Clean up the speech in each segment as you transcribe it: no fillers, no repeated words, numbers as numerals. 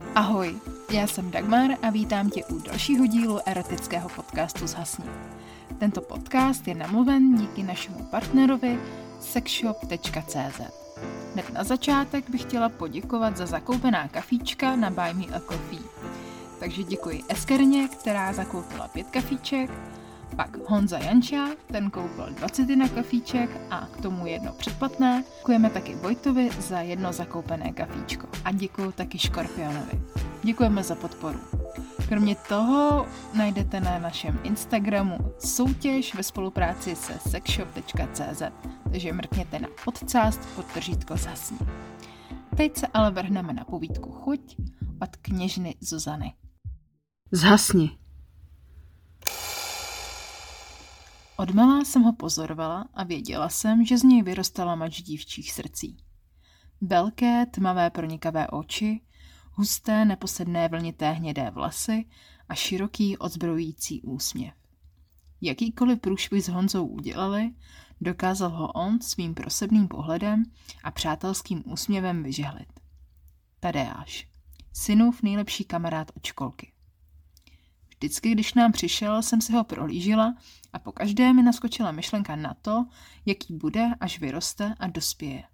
Ahoj, já jsem Dagmar a vítám tě u dalšího dílu erotického podcastu Zhasni. Tento podcast je namluven díky našemu partnerovi sexshop.cz. Hned na začátek bych chtěla poděkovat za zakoupená kafíčka na Buy Me a Coffee. Takže děkuji Eskerně, která zakoupila 5 kafíček, pak Honza Janča, ten koupil 21 kafíček a k tomu jedno předplatné. Děkujeme taky Vojtovi za jedno zakoupené kafíčko a děkuji taky Škorpionovi. Děkujeme za podporu. Kromě toho najdete na našem Instagramu soutěž ve spolupráci se sexshop.cz, takže mrkněte na _, Zhasni. Teď se ale vrhneme na povídku Chuť od kněžny Zuzany. Zhasni. Odmala jsem ho pozorovala a věděla jsem, že z něj vyrostala mač dívčích srdcí. Velké, tmavé, pronikavé oči, husté, neposedné vlnité hnědé vlasy a široký, odzbrojující úsměv. Jakýkoliv průšvih s Honzou udělali, dokázal ho on svým prosebným pohledem a přátelským úsměvem vyžehlit. Tadeáš, synův nejlepší kamarád od školky. Vždycky, když nám přišel, jsem si ho prohlížela a pokaždé mi naskočila myšlenka na to, jaký bude, až vyroste a dospěje.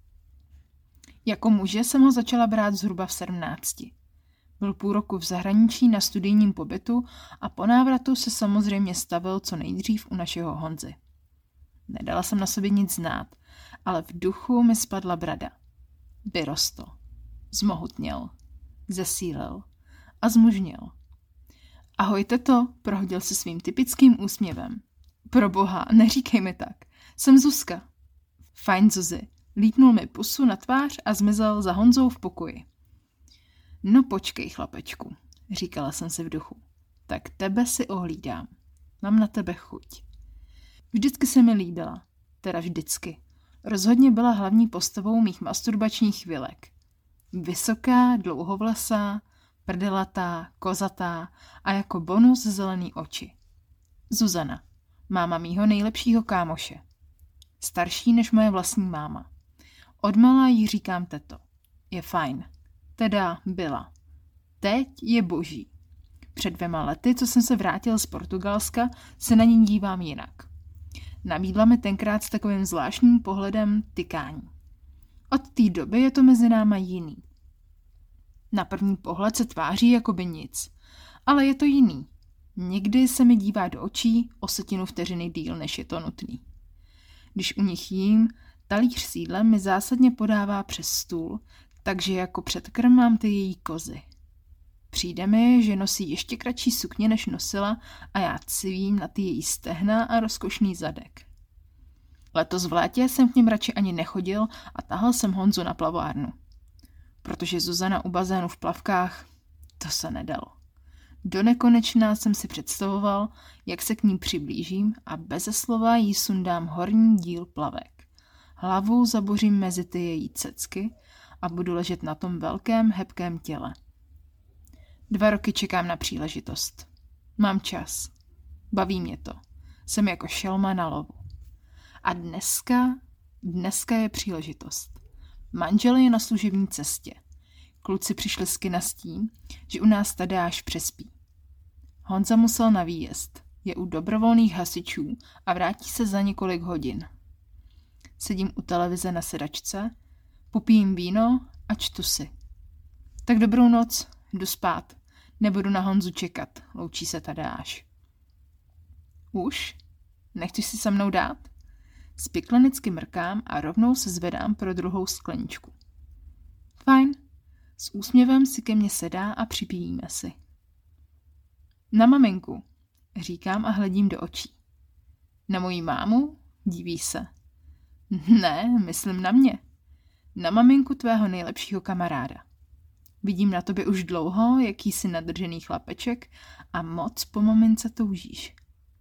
Jako muže jsem ho začala brát zhruba v 17. Byl půl roku v zahraničí na studijním pobytu a po návratu se samozřejmě stavil co nejdřív u našeho Honzy. Nedala jsem na sobě nic znát, ale v duchu mi spadla brada. Vyrostl, zmohutněl, zesílil a zmužněl. Ahoj teto, prohodil se svým typickým úsměvem. Proboha, neříkej mi tak. Jsem Zuzka. Fajn, Zuzi. Lípnul mi pusu na tvář a zmizel za Honzou v pokoji. No počkej, chlapečku, říkala jsem si v duchu. Tak tebe si ohlídám. Mám na tebe chuť. Vždycky se mi líbila. Teda vždycky. Rozhodně byla hlavní postavou mých masturbačních chvilek. Vysoká, dlouhovlasá, prdelatá, kozatá a jako bonus zelený oči. Zuzana, máma mýho nejlepšího kámoše. Starší než moje vlastní máma. Odmala jí říkám teto. Je fajn. Teda byla. Teď je boží. Před 2 lety, co jsem se vrátil z Portugalska, se na ní dívám jinak. Nabídla mi tenkrát s takovým zvláštním pohledem tykání. Od té doby je to mezi náma jiný. Na první pohled se tváří jako by nic, ale je to jiný. Někdy se mi dívá do očí o 1/10 vteřiny díl, než je to nutný. Když u nich jím, talíř s jídlem mi zásadně podává přes stůl, takže jako předkrm mám ty její kozy. Přijde mi, že nosí ještě kratší sukně, než nosila a já civím na ty její stehna a rozkošný zadek. Letos v létě jsem k něm radši ani nechodil a tahal jsem Honzu na plavárnu. Protože Zuzana u bazénu v plavkách, to se nedalo. Do nekonečna jsem si představoval, jak se k ní přiblížím a beze slova jí sundám horní díl plavek. Hlavu zabořím mezi ty její cecky a budu ležet na tom velkém, hebkém těle. 2 roky čekám na příležitost. Mám čas. Baví mě to. Jsem jako šelma na lovu. A dneska je příležitost. Manžel je na služební cestě. Kluci přišli z kina s tím, že u nás Tadeáš přespí. Honza musel na výjezd. Je u dobrovolných hasičů a vrátí se za několik hodin. Sedím u televize na sedačce, popijím víno a čtu si. Tak dobrou noc, jdu spát. Nebudu na Honzu čekat, loučí se Tadeáš. Už? Nechceš si se mnou dát? Spiklenicky mrkám a rovnou se zvedám pro druhou skleničku. Fajn. S úsměvem si ke mně sedá a připijíme si. Na maminku, říkám a hledím do očí. Na moji mámu? Diví se. Ne, myslím na mě. Na maminku tvého nejlepšího kamaráda. Vidím na tobě už dlouho, jaký jsi nadržený chlapeček a moc po mamince toužíš.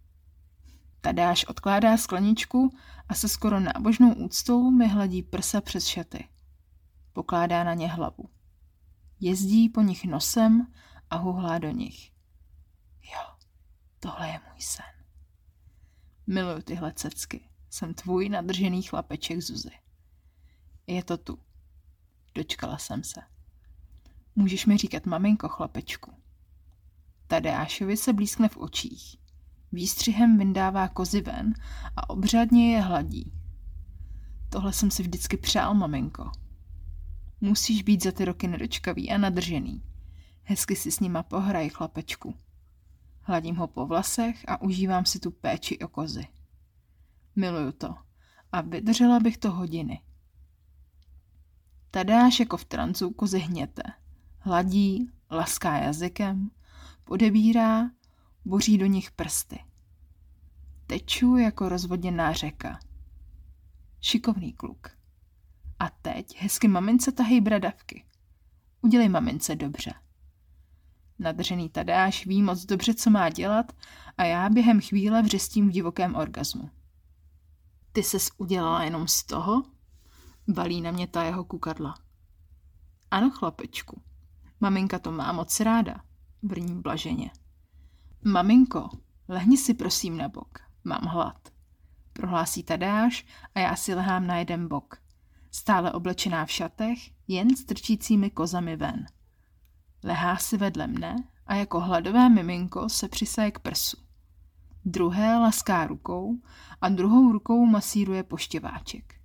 Tadeáš odkládá skleničku a se skoro nábožnou úctou mi hladí prsa přes šaty. Pokládá na ně hlavu. Jezdí po nich nosem a huhlá do nich. Jo, tohle je můj sen. Miluju tyhle cecky. Jsem tvůj nadržený chlapeček Zuzi. Je to tu. Dočkala jsem se. Můžeš mi říkat maminko, chlapečku. Tadeášovi se blízkne v očích. Výstřihem vyndává kozy ven a obřadně je hladí. Tohle jsem si vždycky přál, maminko. Musíš být za ty roky nedočkavý a nadržený. Hezky si s nima pohraj, chlapečku. Hladím ho po vlasech a užívám si tu péči o kozy. Miluju to a vydržela bych to hodiny. Tadeáš jako v trancu kozy hněte. Hladí, laská jazykem, podebírá, boří do nich prsty. Teču jako rozvodněná řeka. Šikovný kluk. A teď hezky mamince tahají bradavky. Udělej mamince dobře. Nadržený Tadeáš ví moc dobře, co má dělat a já během chvíle vřestím v divokém orgazmu. Ty ses udělala jenom z toho? Balí na mě ta jeho kukadla. Ano, chlapečku. Maminka to má moc ráda, vrní blaženě. Maminko, lehni si prosím na bok, mám hlad. Prohlásí Tadeáš a já si lehám na jeden bok. Stále oblečená v šatech, jen strčícími kozami ven. Lehá si vedle mne a jako hladové miminko se přisaje k prsu. Druhé laská rukou a druhou rukou masíruje poštěváček.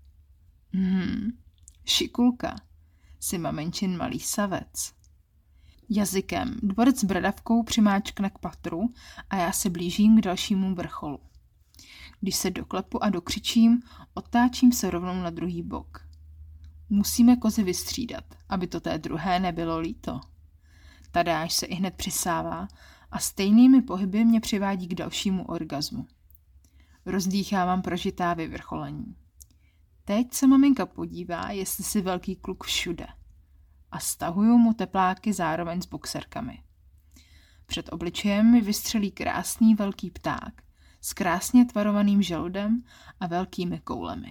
Šikulka, si maminčin malý savec. Jazykem dvorec s bradavkou přimáčkne k patru a já se blížím k dalšímu vrcholu. Když se doklepu a dokřičím, otáčím se rovnou na druhý bok. Musíme kozy vystřídat, aby to té druhé nebylo líto. Tadeáš se ihned přisává a stejnými pohyby mě přivádí k dalšímu orgazmu. Rozdýchávám prožitá vyvrcholení. Teď se maminka podívá, jestli si velký kluk všude. A stahuju mu tepláky zároveň s boxerkami. Před obličejem mi vystřelí krásný velký pták s krásně tvarovaným žaludem a velkými koulemi.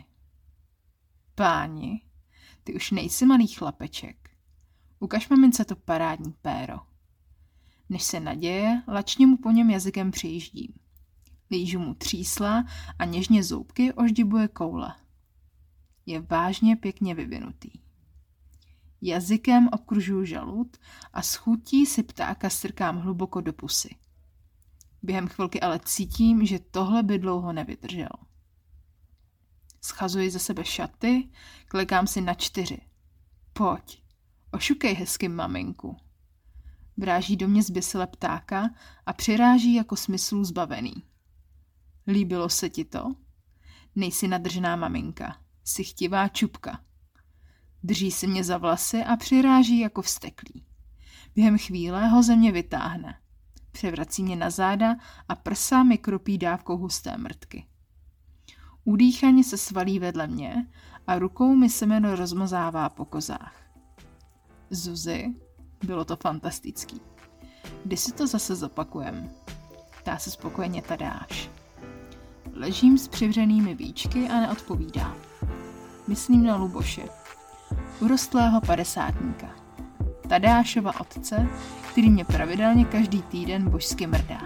Páni, ty už nejsi malý chlapeček. Ukaž mamince to parádní péro. Než se naděje, lačně mu po něm jazykem přijíždím. Lížu mu třísla a něžně zoubky oždibuje koule. Je vážně pěkně vyvinutý. Jazykem obkružuju žalud a s chutí si ptáka strkám hluboko do pusy. Během chvilky ale cítím, že tohle by dlouho nevydrželo. Schazuji ze sebe šaty, klekám si na 4. Pojď, ošukej hezky maminku. Vráží do mě zběsile ptáka a přiráží jako smyslů zbavený. Líbilo se ti to? Nejsi nadržená maminka, jsi chtivá čupka. Drží si mě za vlasy a přiráží jako vzteklý. Během chvíle ho ze mě vytáhne. Převrací mě na záda a prsa mi kropí dávkou husté mrtky. Udýchaně se svalí vedle mě a rukou mi semeno rozmazává po kozách. Zuzi, bylo to fantastický. Kdy si to zase zopakujem? Ptá se spokojeně Tadeáš. Ležím s přivřenými víčky a neodpovídám. Myslím na Luboše, urostlého padesátníka. Tadeášova otce, který mě pravidelně každý týden božsky mrdá.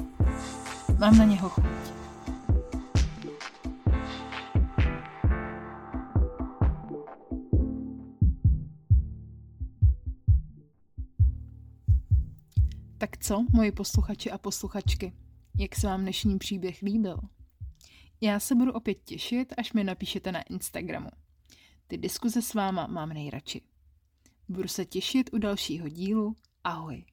Mám na něho chuť. Tak co, moji posluchači a posluchačky, jak se vám dnešní příběh líbil? Já se budu opět těšit, až mi napíšete na Instagramu. Ty diskuze s váma mám nejradši. Budu se těšit u dalšího dílu. Ahoj.